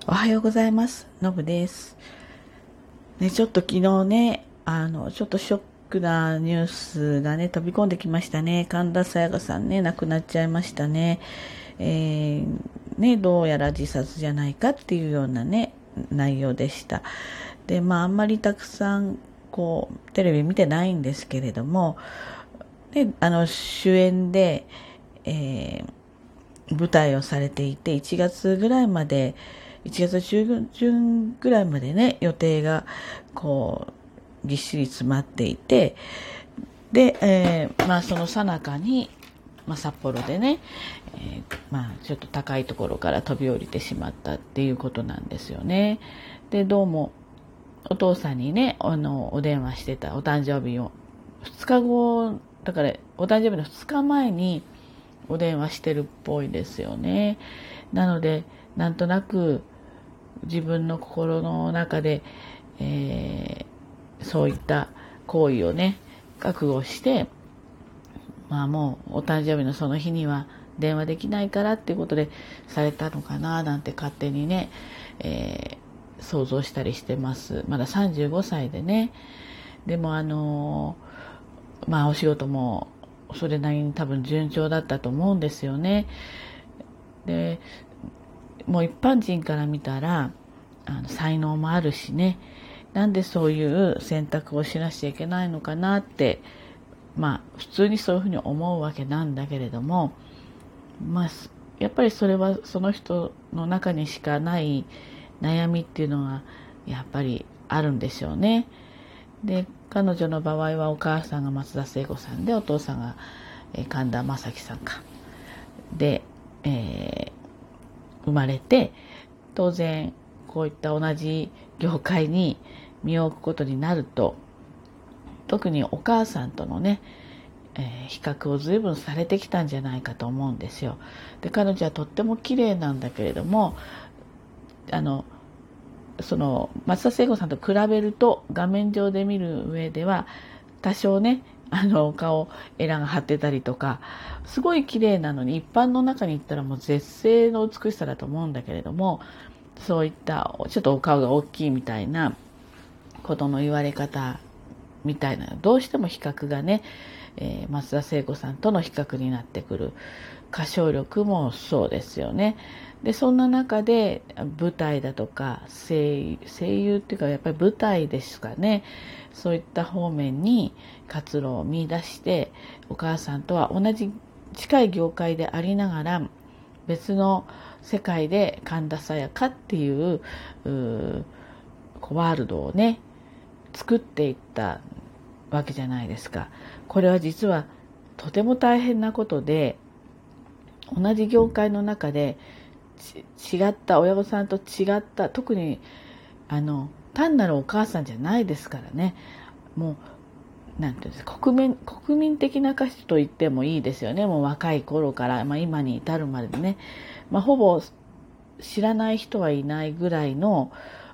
おはようございます。のぶです。ね、ちょっと昨日ね、ちょっとショックなニュースがね、飛び込んできましたね。神田沙也加さんね、亡くなっちゃいましたね。ね、どうやら自殺じゃないかっていうようなね、内容でした。で、あんまりたくさん、テレビ見てないんですけれども、で、主演で、えー舞台をされていて、1月ぐらいまで、1月中旬ぐらいまでね、予定が、ぎっしり詰まっていて、で、その最中に、札幌でね、ちょっと高いところから飛び降りてしまったっていうことなんですよね。で、どうも、お父さんにね、お電話してた、お誕生日を、2日後、だから、お誕生日の2日前に、お電話してるっぽいですよね。なので、なんとなく自分の心の中で、そういった行為をね、覚悟して、もうお誕生日のその日には電話できないからっていうことでされたのかななんて勝手にね、想像したりしてます。まだ35歳でね。でもお仕事もそれなりに多分順調だったと思うんですよね。で、もう一般人から見たら才能もあるしね、なんでそういう選択をしなくちゃいけないのかなって、普通にそういうふうに思うわけなんだけれども、やっぱりそれはその人の中にしかない悩みっていうのがやっぱりあるんでしょうね。で、彼女の場合はお母さんが松田聖子さんで、お父さんが神田正輝さんかで、生まれて、当然こういった同じ業界に身を置くことになると、特にお母さんとのね、比較を随分されてきたんじゃないかと思うんですよ。で、彼女はとっても綺麗なんだけれども、その松田聖子さんと比べると画面上で見る上では多少ね、顔エラが張ってたりとか、すごい綺麗なのに、一般の中に行ったらもう絶世の美しさだと思うんだけれども、そういったちょっとお顔が大きいみたいなことの言われ方みたいな、どうしても比較がね、松田聖子さんとの比較になってくる。歌唱力もそうですよね。で、そんな中で舞台だとか声優っていうか、やっぱり舞台ですかね、そういった方面に活路を見出して、お母さんとは同じ近い業界でありながら別の世界で神田沙也加っていうワールドをね、作っていったわけじゃないですか。これは実はとても大変なことで、同じ業界の中で違った親御さんと違った、特に単なるお母さんじゃないですからね。もうなんていうんですか、国民的な歌手と言ってもいいですよね。もう若い頃から、今に至るまででね、ほぼ知らない人はいないぐらいの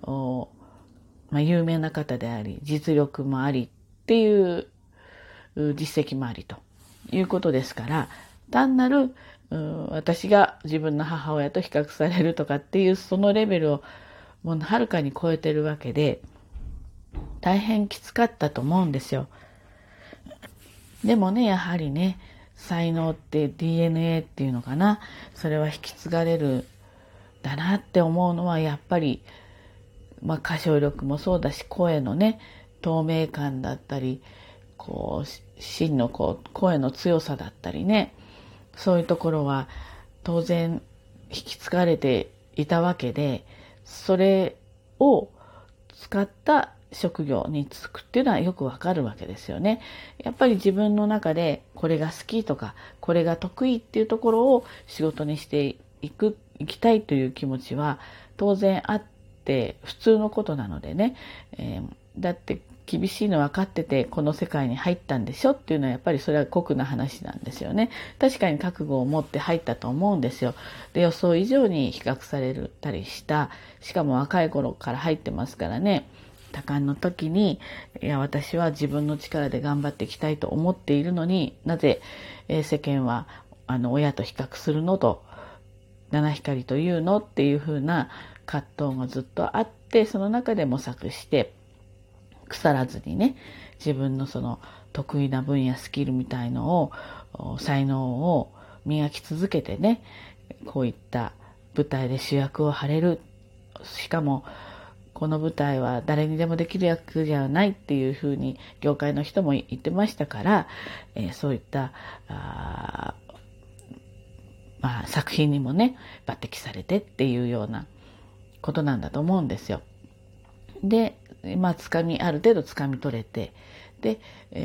有名な方であり、実力もありっていう実績もありということですから、単なる私が自分の母親と比較されるとかっていうそのレベルをもうはるかに超えてるわけで、大変きつかったと思うんですよ。でもね、やはりね、才能って DNA っていうのかな、それは引き継がれるだなって思うのは、やっぱり歌唱力もそうだし、声のね、透明感だったり、真の声の強さだったりね、そういうところは当然引き継がれていたわけで、それを使った職業に就くっていうのはよくわかるわけですよね。やっぱり自分の中でこれが好きとか、これが得意っていうところを仕事にしていきたいという気持ちは当然あって普通のことなのでね、だって厳しいの分かっててこの世界に入ったんでしょっていうのは、やっぱりそれは酷な話なんですよね。確かに覚悟を持って入ったと思うんですよ。で、予想以上に比較されたりした。しかも若い頃から入ってますからね。多感の時に、いや、私は自分の力で頑張っていきたいと思っているのに、なぜ、世間は親と比較するのと、七光というのっていうふうな葛藤がずっとあって、その中で模索して腐らずにね、自分のその得意な分野、スキルみたいのを、才能を磨き続けてね、こういった舞台で主役を張れる。しかもこの舞台は誰にでもできる役じゃないっていうふうに業界の人も言ってましたから、そういった作品にもね抜擢されてっていうようなことなんだと思うんですよ。で、ある程度つかみ取れて、で、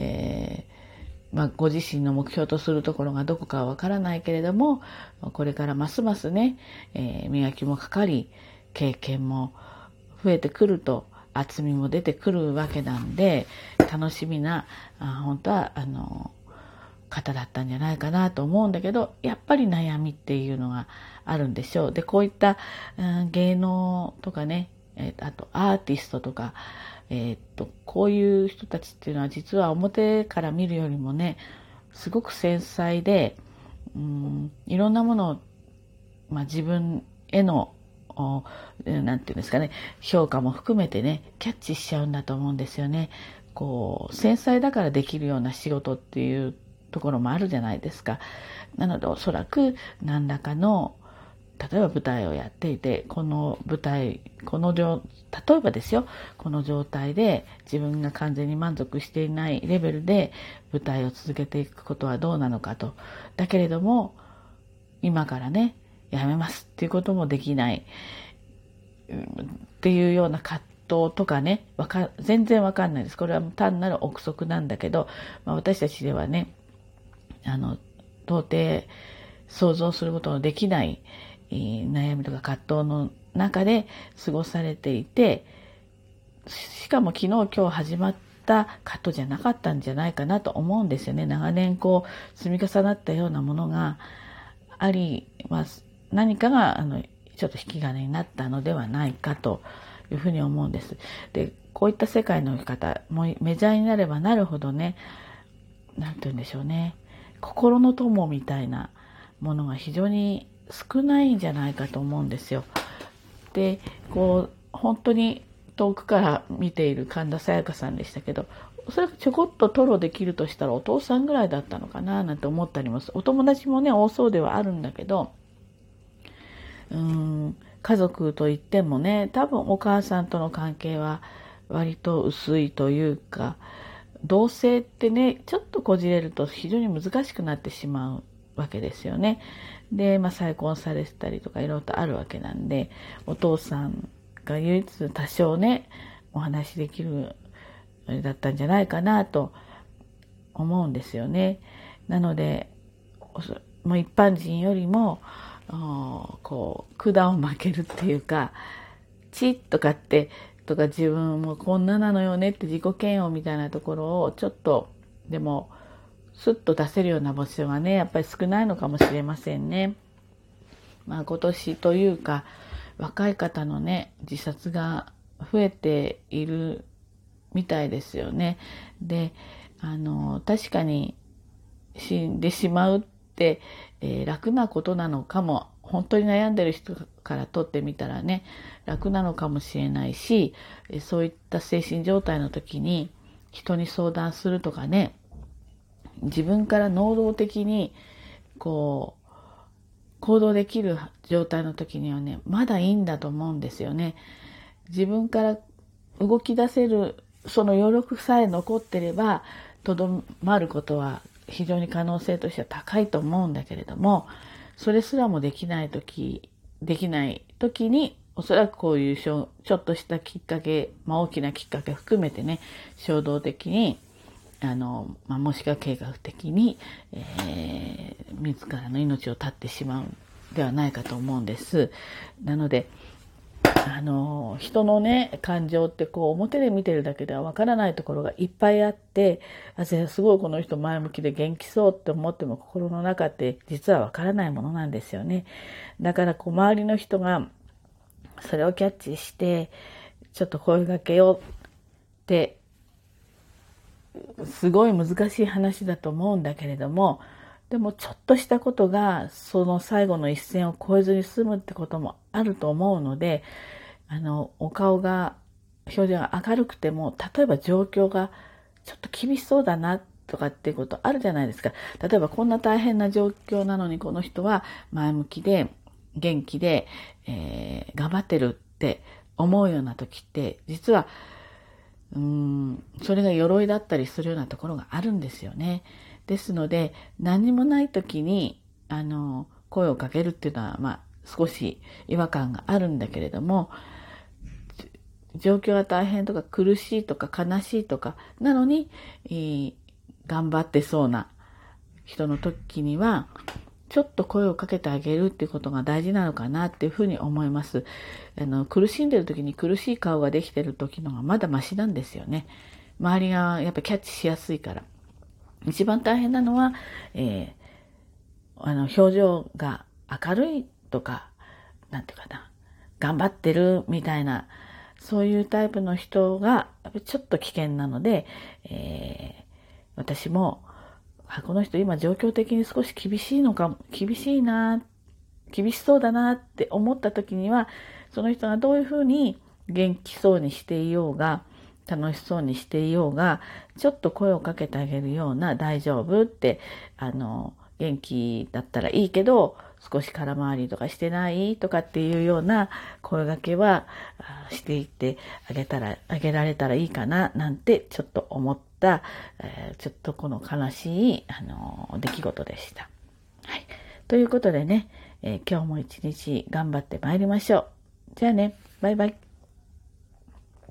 ご自身の目標とするところがどこかはわからないけれども、これからますますね、磨きもかかり、経験も増えてくると、厚みも出てくるわけなんで、楽しみな、本当は方だったんじゃないかなと思うんだけど、やっぱり悩みっていうのがあるんでしょう。で、こういった、芸能とかね、あとアーティストとか、こういう人たちっていうのは実は表から見るよりもね、すごく繊細で、いろんなものを、自分へのなんていうんですかね、評価も含めてね、キャッチしちゃうんだと思うんですよね。繊細だからできるような仕事っていうところもあるじゃないですか。なのでおそらく何らかの、例えば舞台をやっていて、例えばですよ、この状態で自分が完全に満足していないレベルで舞台を続けていくことはどうなのかと。だけれども、今からね、やめますっていうこともできないっていうような葛藤とかね、全然わかんないです。これは単なる憶測なんだけど、私たちではね、到底想像することのできない悩みとか葛藤の中で過ごされていて、しかも昨日今日始まった葛藤じゃなかったんじゃないかなと思うんですよね。長年積み重なったようなものがあり、何かがちょっと引き金になったのではないかというふうに思うんです。で、こういった世界の生き方もメジャーになればなるほどね、なんて言うんでしょうね、心の友みたいなものが非常に少ないんじゃないかと思うんですよ。で、本当に遠くから見ている神田沙也加さんでしたけど、おそらくちょこっと吐露できるとしたらお父さんぐらいだったのかななんて思ったりもする。お友達もね多そうではあるんだけど、家族といってもね、多分お母さんとの関係は割と薄いというか、同性ってねちょっとこじれると非常に難しくなってしまうわけですよね。で、再婚されてたりとかいろいろとあるわけなんで、お父さんが唯一多少ねお話できるだったんじゃないかなと思うんですよね。なのでもう一般人よりも管を巻けるっていうか、チッとか自分もこんななのよねって自己嫌悪みたいなところをちょっとでもスッと出せるような場所がねやっぱり少ないのかもしれませんね。今年というか若い方のね自殺が増えているみたいですよね。で、確かに死んでしまうって、楽なことなのかも、本当に悩んでる人からとってみたらね楽なのかもしれないし、そういった精神状態の時に人に相談するとかね、自分から能動的に行動できる状態の時にはねまだいいんだと思うんですよね。自分から動き出せるその余力さえ残ってればとどまることは非常に可能性としては高いと思うんだけれども、それすらもできない時におそらくこういうちょっとしたきっかけ、大きなきっかけ含めてね衝動的にもしくは計画的に、自らの命を絶ってしまうではないかと思うんです。なので人のね感情って表で見てるだけではわからないところがいっぱいあって、すごいこの人前向きで元気そうって思っても心の中って実はわからないものなんですよね。だから周りの人がそれをキャッチしてちょっと声掛けようってすごい難しい話だと思うんだけれども、 でもちょっとしたことがその最後の一線を越えずに済むってこともあると思うので、お顔が、表情が明るくても、例えば状況がちょっと厳しそうだなとかっていうことあるじゃないですか。例えばこんな大変な状況なのにこの人は前向きで元気で、頑張ってるって思うような時って、実はそれが鎧だったりするようなところがあるんですよね。ですので、何もない時に声をかけるっていうのは、少し違和感があるんだけれども、状況が大変とか苦しいとか悲しいとかなのに、頑張ってそうな人の時にはちょっと声をかけてあげるっていうことが大事なのかなっていうふうに思います。苦しんでる時に苦しい顔ができてる時のがまだマシなんですよね。周りがやっぱキャッチしやすいから。一番大変なのは、表情が明るいとか、なんていうかな、頑張ってるみたいな、そういうタイプの人がちょっと危険なので、私もこの人今状況的に少し厳しそうだなって思った時には、その人がどういうふうに元気そうにしていようが楽しそうにしていようが、ちょっと声をかけてあげるような、大丈夫って、元気だったらいいけど少し空回りとかしてないとかっていうような声掛けはしていってあげられたらいいかななんてちょっと思った、ちょっとこの悲しい出来事でした。はい。ということでね、今日も一日頑張ってまいりましょう。じゃあね、バイバイ。